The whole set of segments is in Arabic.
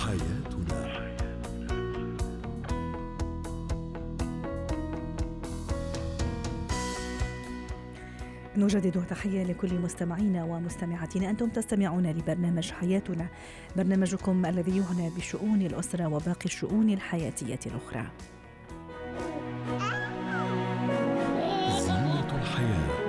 حياتنا. نجدد تحية لكل مستمعينا ومستمعاتنا. أنتم تستمعون لبرنامج حياتنا، برنامجكم الذي يعنى بشؤون الأسرة وباقي الشؤون الحياتية الأخرى. زينة الحياة.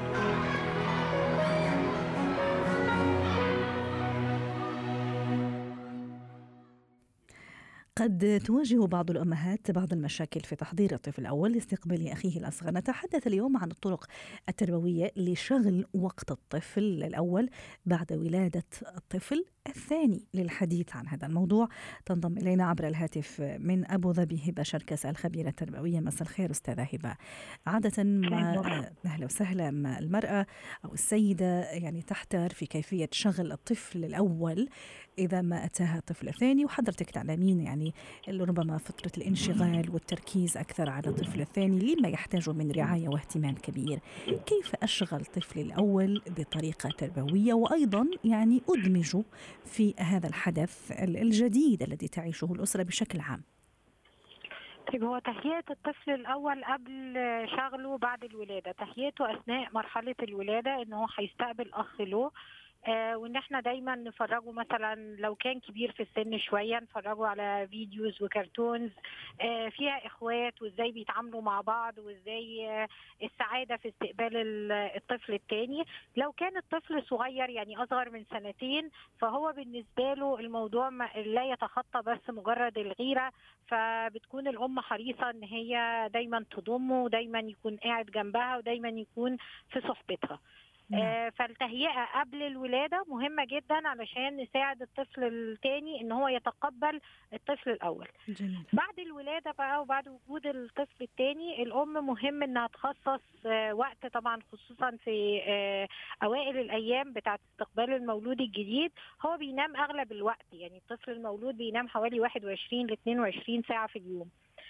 قد تواجه بعض الأمهات بعض المشاكل في تحضير الطفل الأول لاستقبال أخيه الأصغر. نتحدث اليوم عن الطرق التربوية لشغل وقت الطفل الأول بعد ولادة الطفل الثاني. للحديث عن هذا الموضوع تنضم إلينا عبر الهاتف من أبو ظبي هبة شركس الخبيرة التربوية. مساء الخير أستاذة هبة. عادة ما أهلا وسهلا ما المرأة أو السيدة يعني تحتار في كيفية شغل الطفل الأول إذا ما أتاها طفل ثاني، وحضرتك تعلمين يعني اللي ربما فترة الانشغال والتركيز أكثر على الطفل الثاني لما يحتاج من رعاية واهتمام كبير. كيف أشغل طفلي الأول بطريقة تربوية وأيضا يعني أدمجه في هذا الحدث الجديد الذي تعيشه الأسرة بشكل عام؟ طيب، هو تهيئة الطفل الأول قبل شغله بعد الولادة. تهيئته أثناء مرحلة الولادة إنه هيستقبل أخ له، وان احنا دايما نفرجه مثلا لو كان كبير في السن شويه نفرجه على فيديوز وكرتونز فيها اخوات وازاي بيتعاملوا مع بعض وازاي السعاده في استقبال الطفل الثاني. لو كان الطفل صغير يعني اصغر من 2 سنين فهو بالنسبه له الموضوع لا يتخطى بس مجرد الغيره، فبتكون الام حريصه ان هي دايما تضمه ودايما يكون قاعد جنبها ودايما يكون في صحبتها. فالتهيئة قبل الولادة مهمة جدا علشان نساعد الطفل الثاني ان هو يتقبل الطفل الاول. جميل. بعد الولادة بقى وبعد وجود الطفل الثاني الام مهم انها تخصص وقت، طبعا خصوصا في اوائل الايام بتاعت استقبال المولود الجديد. هو بينام اغلب الوقت، يعني الطفل المولود بينام حوالي 21 ل 22 ساعة في اليوم.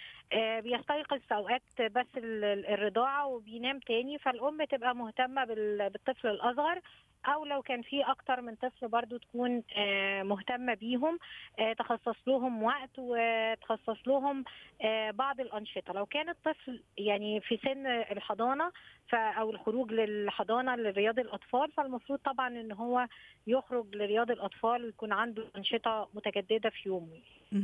بيستيقظ في أوقات بس الرضاعة وبينام تاني، فالأم تبقى مهتمة بالطفل الأصغر، أو لو كان في أكتر من طفل برضو تكون مهتمة بيهم، تخصص لهم وقت وتخصص لهم بعض الأنشطة. لو كان الطفل يعني في سن الحضانة أو الخروج للحضانة لرياض الأطفال، فالمفروض طبعا إن هو يخرج لرياض الأطفال ويكون عنده أنشطة متجددة في يومه.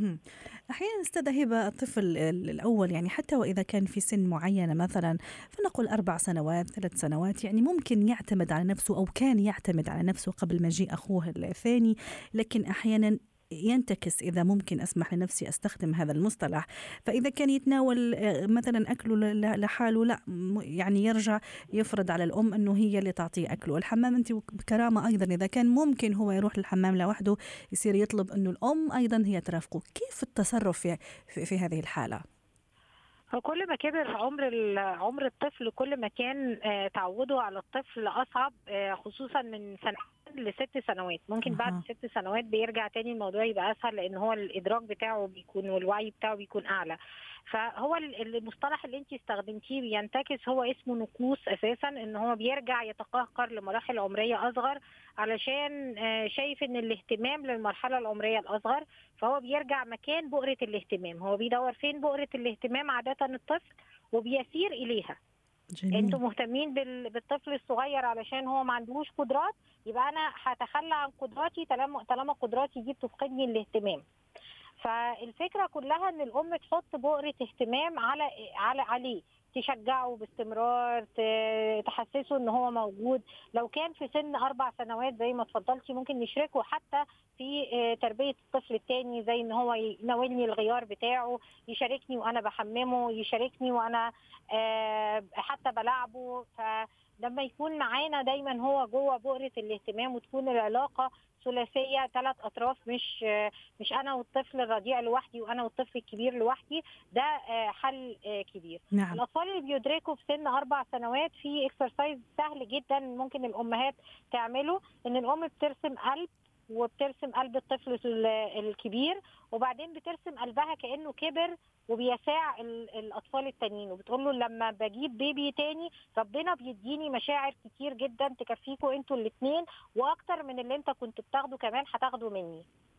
أحيانا أستاذة هبة الطفل الأول يعني حتى وإذا كان في سن معينة مثلا فنقول 4 سنوات 3 سنوات يعني ممكن يعتمد على نفسه أو كان يعتمد على نفسه قبل مجيء أخوه الثاني، لكن أحيانا ينتكس إذا ممكن أسمح لنفسي أستخدم هذا المصطلح. فإذا كان يتناول مثلا أكله لحاله لا يعني يرجع يفرض على الأم أنه هي اللي تعطيه أكله. الحمام أنت بكرامة أيضا إذا كان ممكن هو يروح للحمام لوحده يصير يطلب أنه الأم أيضا هي ترافقه. كيف التصرف في هذه الحالة؟ فكل ما كبر عمر الطفل كل ما كان تعوده على الطفل أصعب، خصوصا من سنة ل6 سنوات. ممكن بعد 6 سنوات بيرجع تاني الموضوع يبقى أسهل، لأن هو الإدراك بتاعه بيكون والوعي بتاعه بيكون أعلى. فهو المصطلح اللي انت استخدمتيه بينتكس، هو اسمه نقوص أساسا، إن هو بيرجع يتقهقر لمراحل عمرية أصغر علشان شايف إن الاهتمام للمرحلة العمرية الأصغر، فهو بيرجع مكان بؤرة الاهتمام. هو بيدور فين بؤرة الاهتمام عادة الطفل وبيسير إليها. انتوا مهتمين بالطفل الصغير علشان هو ما عندهوش قدرات، يبقى انا هتخلى عن قدراتي طالما قدراتي دي بتفقدني الاهتمام. فالفكرة كلها ان الام تحط بؤرة اهتمام عليه، تشجعه باستمرار، تحسسه ان هو موجود. لو كان في سن 4 سنوات زي ما اتفضلتي ممكن نشركه حتى في تربية الطفل الثاني، زي ان هو يناولني الغيار بتاعه، يشاركني وانا بحممه، يشاركني وانا حتى بلعبه. فلما يكون معانا دايما هو جوه بؤرة الاهتمام وتكون العلاقة ثلاثية 3 أطراف، مش أنا والطفل الرضيع لوحدي وأنا والطفل الكبير لوحدي، ده حل كبير. نعم. الأطفال اللي بيدركوا في سن 4 سنوات في اكسرسايز سهل جدا ممكن الأمهات تعمله، إن الأم بترسم قلب وبترسم قلب الطفل الكبير، وبعدين بترسم قلبها كأنه كبر وبيساع الأطفال التانيين، وبتقول له لما بجيب بيبي تاني ربنا بيديني مشاعر كتير جدا تكفيكوا انتوا الاثنين، واكتر من اللي انت كنت بتاخده كمان هتاخده مني.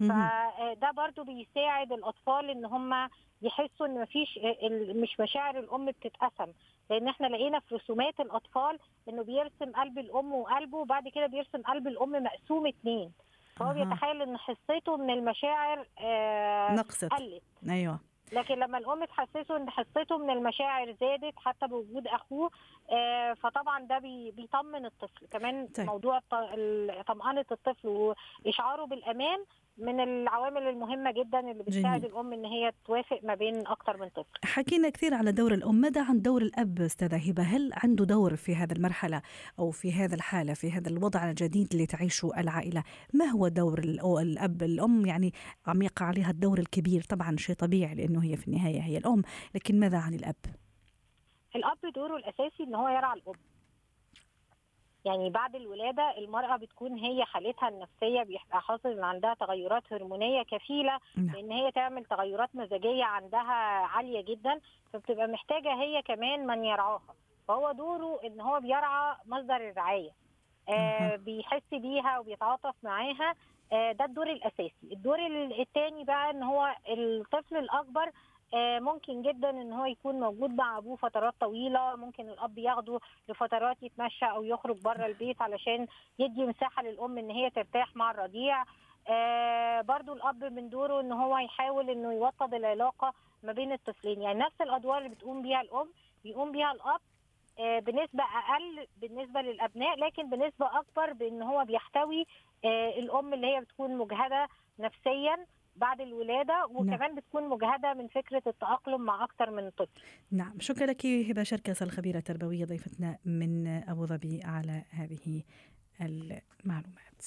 فده برضو بيساعد الأطفال إن هم يحسوا إن مش مشاعر الأم بتتقسم، لأن احنا لقينا في رسومات الأطفال إنه بيرسم قلب الأم وقلبه، وبعد كده بيرسم قلب الأم مقسوم 2، فهو بيتخيل إن حصته من المشاعر نقصت. قلت. أيوة. لكن لما الأم تحسسه إن حصته من المشاعر زادت حتى بوجود أخوه، فطبعا ده بيطمن الطفل كمان. طيب. موضوع طمأنة الطفل وإشعاره بالأمان من العوامل المهمة جدا اللي بتساعد الأم إن هي توافق ما بين أكتر من طفل. حكينا كثير على دور الأم، ماذا عن دور الأب أستاذة هبة؟ هل عنده دور في هذه المرحلة أو في هذا الحالة، في هذا الوضع الجديد اللي تعيشه العائلة؟ ما هو دور الأب؟ الأم يعني عم يقع عليها الدور الكبير، طبعا شيء طبيعي لأنه هي في النهاية هي الأم، لكن ماذا عن الأب؟ الأب دوره الأساسي إن هو يرعى الأم. يعني بعد الولادة المرأة بتكون هي حالتها النفسية بيبقى حاصل عندها تغيرات هرمونية كفيلة لأن هي تعمل تغيرات مزاجية عندها عالية جدا، فبتبقى محتاجة هي كمان من يرعاها. فهو دوره إن هو بيرعى مصدر الرعاية، بيحس بيها وبيتعاطف معاها. ده الدور الأساسي. الدور الثاني بقى إن هو الطفل الأكبر ممكن جدا ان هو يكون موجود مع ابوه فترات طويله، ممكن الاب ياخده لفترات يتمشى او يخرج بره البيت علشان يدي مساحه للام ان هي ترتاح مع الرضيع. برضو الاب من دوره ان هو يحاول انه يوطد العلاقه ما بين الطفلين. يعني نفس الادوار اللي بتقوم بيها الام بيقوم بيها الاب بنسبه اقل بالنسبه للابناء، لكن بنسبه اكبر بان هو بيحتوي الام اللي هي بتكون مجهده نفسيا بعد الولادة، وكمان بتكون مجهدة من فكرة التأقلم مع أكثر من طفل. نعم، شكرا لك هبة شركس الخبيرة التربوية ضيفتنا من أبو ظبي على هذه المعلومات.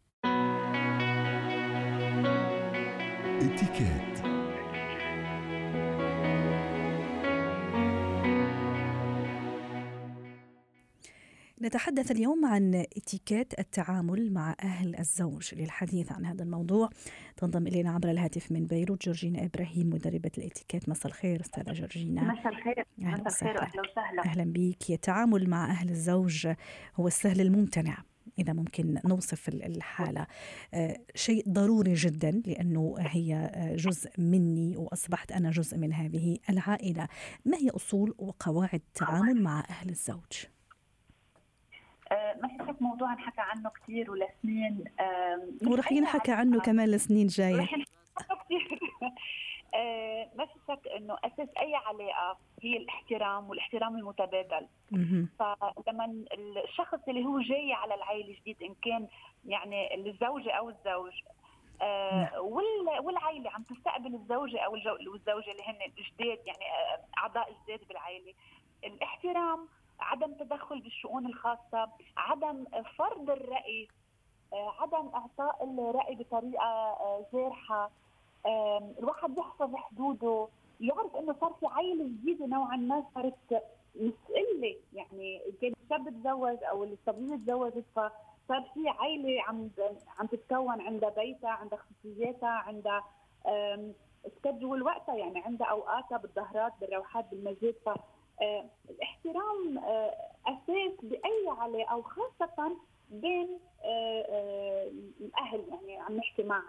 اتيكيت. نتحدث اليوم عن اتيكيت التعامل مع أهل الزوج. للحديث عن هذا الموضوع تنضم إلينا عبر الهاتف من بيروت جورجينا إبراهيم، مدربة الاتيكيت. مساء الخير أستاذة جورجينا. مساء الخير. مساء الخير وأهلا وسهلا. أهلا بك. التعامل مع أهل الزوج هو السهل الممتنع إذا ممكن نوصف الحالة. شيء ضروري جدا لأنه هي جزء مني وأصبحت أنا جزء من هذه العائلة. ما هي أصول وقواعد التعامل مع أهل الزوج؟ ما هيك موضوع نحكى عنه كثير ولسنين، ورح ينحكى عنه كمان لسنين جاية. رح نحكي عنه كثير. ما في شك انه اساس اي علاقه هي الاحترام والاحترام المتبادل. فلما الشخص اللي هو جاي على العائله جديد، ان كان يعني الزوجه او الزوج والعائله عم تستقبل الزوجه او الزوجه اللي هن جداد، يعني اعضاء جداد بالعائله، الاحترام، عدم تدخل بالشؤون الخاصة، عدم فرض الرأي، عدم إعطاء الرأي بطريقة جارحة، الواحد يحفظ حدوده، يعرف إنه صار في عائلة جديدة نوعا ما، صارت مسئلة، يعني كان الشاب تزوج أو الصبية تزوجت، فصار في عائلة عم تتكون، عندها بيتها، عندها خصوصياتها، عندها سكجول وقتها، يعني عندها أوقاتها بالظهرات بالروحات بالمجاد. الاحترام أساس بأي علاقة، وخاصة بين الأهل. يعني عم نحكي مع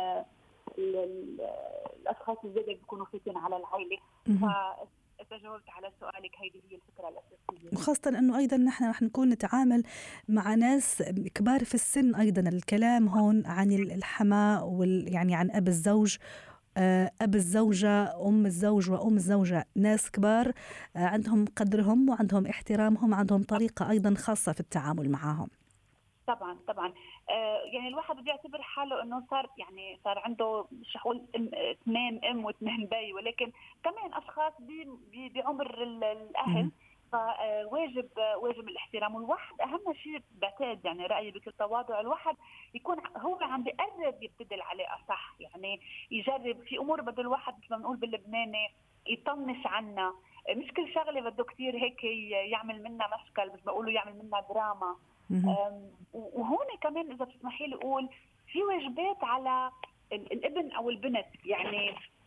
الأشخاص اللي بيكونوا فاتين على العائلة. فإذا جاوبت على سؤالك، هيدي هي الفكرة الأساسية. وخاصة أنه أيضا نحن رح نكون نتعامل مع ناس كبار في السن. أيضا الكلام هون عن الحماة يعني عن أب الزوج، أب الزوجة، أم الزوج وأم الزوجة، ناس كبار عندهم قدرهم وعندهم احترامهم، عندهم طريقة أيضا خاصة في التعامل معهم. طبعا يعني الواحد بده يعتبر حاله انه صار عنده شو اقول 2 ام و2 بي، ولكن كمان اشخاص بعمر الاهل، فواجب الاحترام. والواحد اهم شيء بعتقد، يعني رايي بكل تواضع، الواحد يكون هو عم بيقرب يبتدي العلاقه صح، يعني يجرب في امور بده الواحد مثل ما بنقول باللبناني يطنش عنها. مش كل شغله بده كثير هيك يعمل منها مشكل، مثل ما بيقولوا يعمل منها دراما. وهون كمان اذا بتسمحي لي اقول في واجبات على الابن او البنت. يعني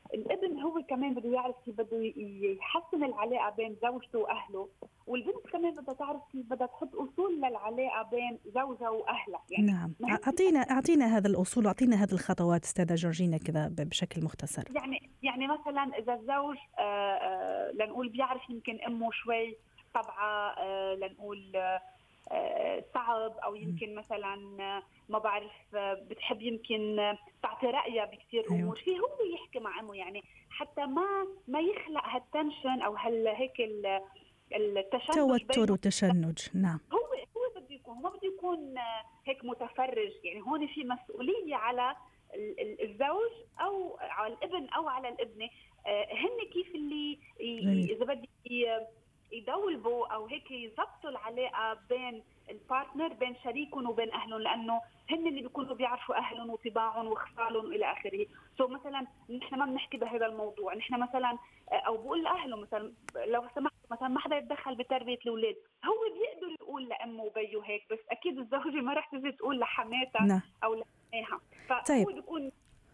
الابن هو كمان بده يعرف كيف بده يحسن العلاقه بين زوجته واهله، والبنت كمان بدها تعرف كيف بدها تحط اصول للعلاقه بين زوجها واهلها. يعني نعم، اعطينا هذا الاصول، اعطينا هذه الخطوات استاذه جورجينا كذا بشكل مختصر. يعني مثلا اذا الزوج لنقول بيعرف يمكن امه شوي طبعا لنقول صعب، او يمكن مثلا ما بعرف بتحب يمكن تعطي رايها بكثير امور، فيه هو يحكي مع امه، يعني حتى ما يخلق هالتنشن او هيك التشنج، توتر وتشنج. نعم، هو بده يكون، ما بده يكون هيك متفرج. يعني هون في مسؤوليه على الزوج او على الابن او على الابنه، هن كيف اللي اذا بدي يدولبوا او هيك يضبطوا العلاقه بين البارتنر، بين شريكهم وبين اهلهم، لانه هن اللي بيكونوا بيعرفوا اهلهم وطباعهم وخصالهم والى اخره. مثلا نحن ما بنحكي بهذا الموضوع، نحن مثلا او بقول لاهله مثلا لو سمحت مثلا ما حدا يتدخل بتربيه الاولاد، هو بيقدر يقول لامه وبيه هيك، بس اكيد الزوجه ما رح تجي تقول لحماتها او لأمها. فهو بيكون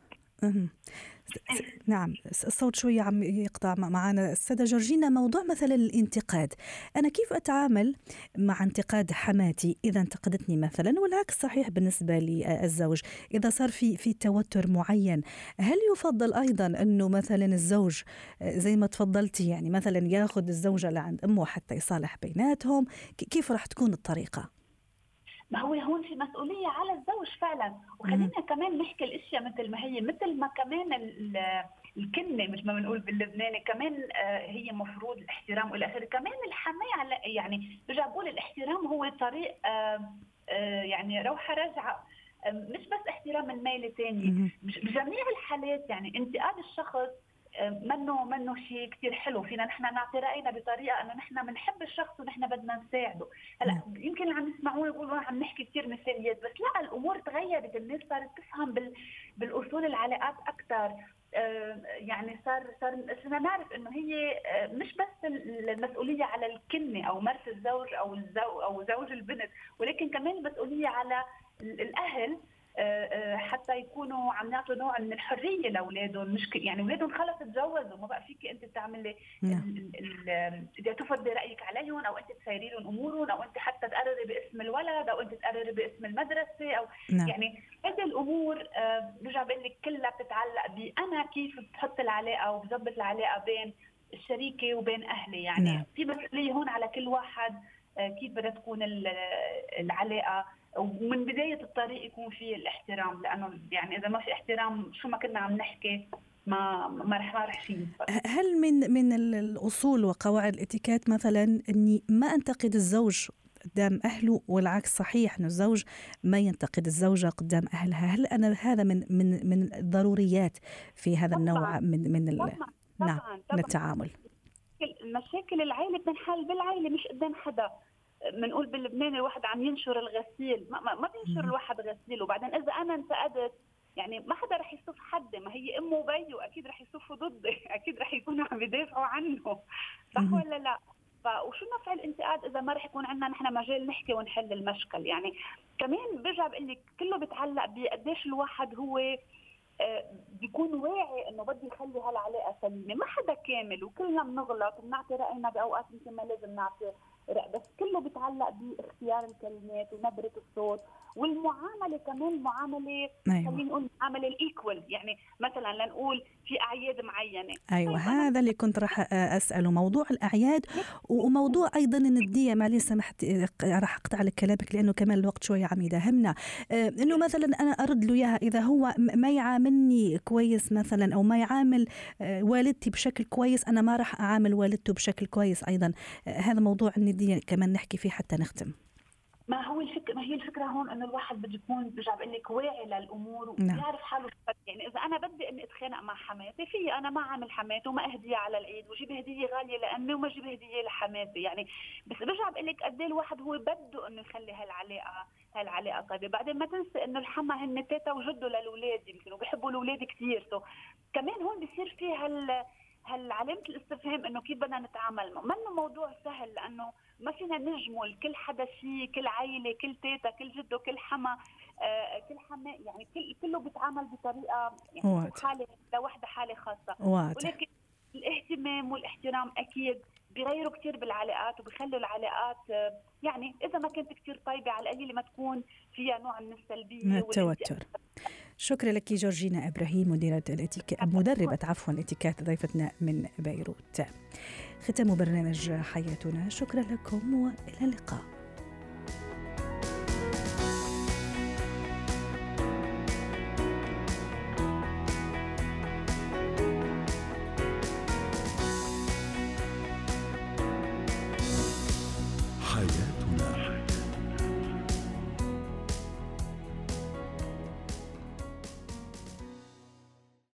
نعم. الصوت شوية عم يقطع معنا السادة جورجينا. موضوع مثلا الانتقاد، أنا كيف أتعامل مع انتقاد حماتي إذا انتقدتني مثلا، والعكس صحيح بالنسبة للزوج إذا صار في توتر معين. هل يفضل أيضا أنه مثلا الزوج زي ما تفضلتي يعني مثلا ياخذ الزوجة لعند أمه حتى يصالح بيناتهم؟ كيف رح تكون الطريقة؟ ما هو هون في مسؤولية على الزوج فعلا. وخلينا كمان نحكي الاشياء مثل ما هي، مثل ما كمان الكلمة مش ما بنقول باللبناني كمان هي مفروض الاحترام والى اخره. كمان الحماية يعني برجع بقول الاحترام هو طريق يعني روحة رجعة، مش بس احترام الميل ثاني بجميع الحالات. يعني انتقاد الشخص منه شيء كتير حلو. فينا نحن نعطي رأينا بطريقة أنه نحن بنحب الشخص ونحن بدنا نساعده. هلا يمكن اللي عم يسمعوه يقولوا عم نحكي كتير مثاليات، بس لا، الأمور تغيرت، الناس صارت تفهم بالأصول العلاقات أكثر. يعني صرنا نعرف انه هي مش بس المسؤوليه على الكلمه او مرت الزوج او زوج البنت، ولكن كمان المسؤوليه على الاهل حتى يكونوا عم يعطوا نوع من الحريه لاولادهم. مش يعني اولادهم خلص تجوزوا، ما بقى فيك انت تعملي اذا تفضلي رايك عليهم، او انت تسيري لهم امورهم، او انت حتى تقرري باسم الولد، او انت تقرري باسم المدرسه، او يعني هذه الامور برجع بقول لك كلها بتتعلق بانا كيف بحط العلاقه وبظبط العلاقه بين الشريكه وبين اهلي. يعني في مسؤوليه هون على كل واحد كيف بدها تكون العلاقه، ومن بداية الطريق يكون فيه الاحترام، لأنه يعني إذا ما في احترام شو ما كنا عم نحكي ما رح شيء. هل من الأصول وقواعد الاتيكيت مثلا أني ما أنتقد الزوج قدام أهله، والعكس صحيح أنه الزوج ما ينتقد الزوجة قدام أهلها؟ هل أنا هذا من الضروريات في هذا النوع من التعامل؟ مشاكل العائلة بتنحل بالعائلة مش قدام حدا. بنقول باللبناني الواحد عم ينشر الغسيل، ما بينشر الواحد غسيل. وبعدين اذا انا انتقدت يعني ما حدا رح يصف حد، ما هي امه وبيه اكيد رح يصفوا ضدي، اكيد رح يكونوا عم يدافعوا عنه، صح ولا لا؟ وشو نفع الانتقاد اذا ما رح يكون عندنا نحن مجال نحكي ونحل المشكل؟ يعني كمان برجع بقول لك كله بيتعلق بقديش الواحد هو بيكون واعي انه بدي يخلي هالعلاقه سليمه. ما حدا كامل وكلنا بنغلط وبنعطي راينا باوقات يمكن ما لازم نعطي رأي، بس كله بيتعلق باختيار الكلمات ونبره الصوت والمعامله. كمان معامله خلينا نقول معامله الايكوال. يعني مثلا لنقول في اعياد معينه، ايوه هذا اللي كنت راح اساله، موضوع الاعياد وموضوع ايضا النديه. معلش سمحت راح اقطع لك كلامك لانه كمان الوقت شويه عم يداهمنا. انه مثلا انا ارد له اياها اذا هو ما يعاملني كويس مثلا، او ما يعامل والدتي بشكل كويس، انا ما راح اعامل والدته بشكل كويس ايضا. هذا موضوع النديه كمان نحكي فيه حتى نختم. ما هي الفكره هون انه الواحد بده يكون برجع بقول لك واعي للامور ويعرف حاله. يعني اذا انا بدي اني اتخانق مع حماتي، في انا ما اعمل حماتي وما اهديه على العيد وجيب هديه غاليه لامي وما جيب هديه لحماتي. يعني بس برجع بقول لك قد ايه الواحد هو بده انه يخلي هالعلاقه طيبه. بعدين ما تنسى انه الحما هن تيتا وجده للاولاد يمكن وبيحبوا الاولاد كثير. كمان هون بصير في علامة الاستفهام انه كيف بدنا نتعامل معه. منه موضوع سهل، لانه ما فينا نجمل كل حدا شيء، كل عائله، كل تيتا، كل جدو، كل حما، كل حماء، يعني كله بيتعامل بطريقه، يعني حاله لوحده، حاله خاصه. ولكن الاهتمام والاحترام اكيد بيغيروا كثير بالعلاقات، وبيخلوا العلاقات يعني اذا ما كانت كثير طيبه على القليله ما تكون فيها نوع من السلبيه والتوتر. شكرا لك جورجينا إبراهيم، مدربة الاتيكيت، ضيفتنا من بيروت. ختام برنامج حياتنا، شكرا لكم وإلى اللقاء. حياتنا.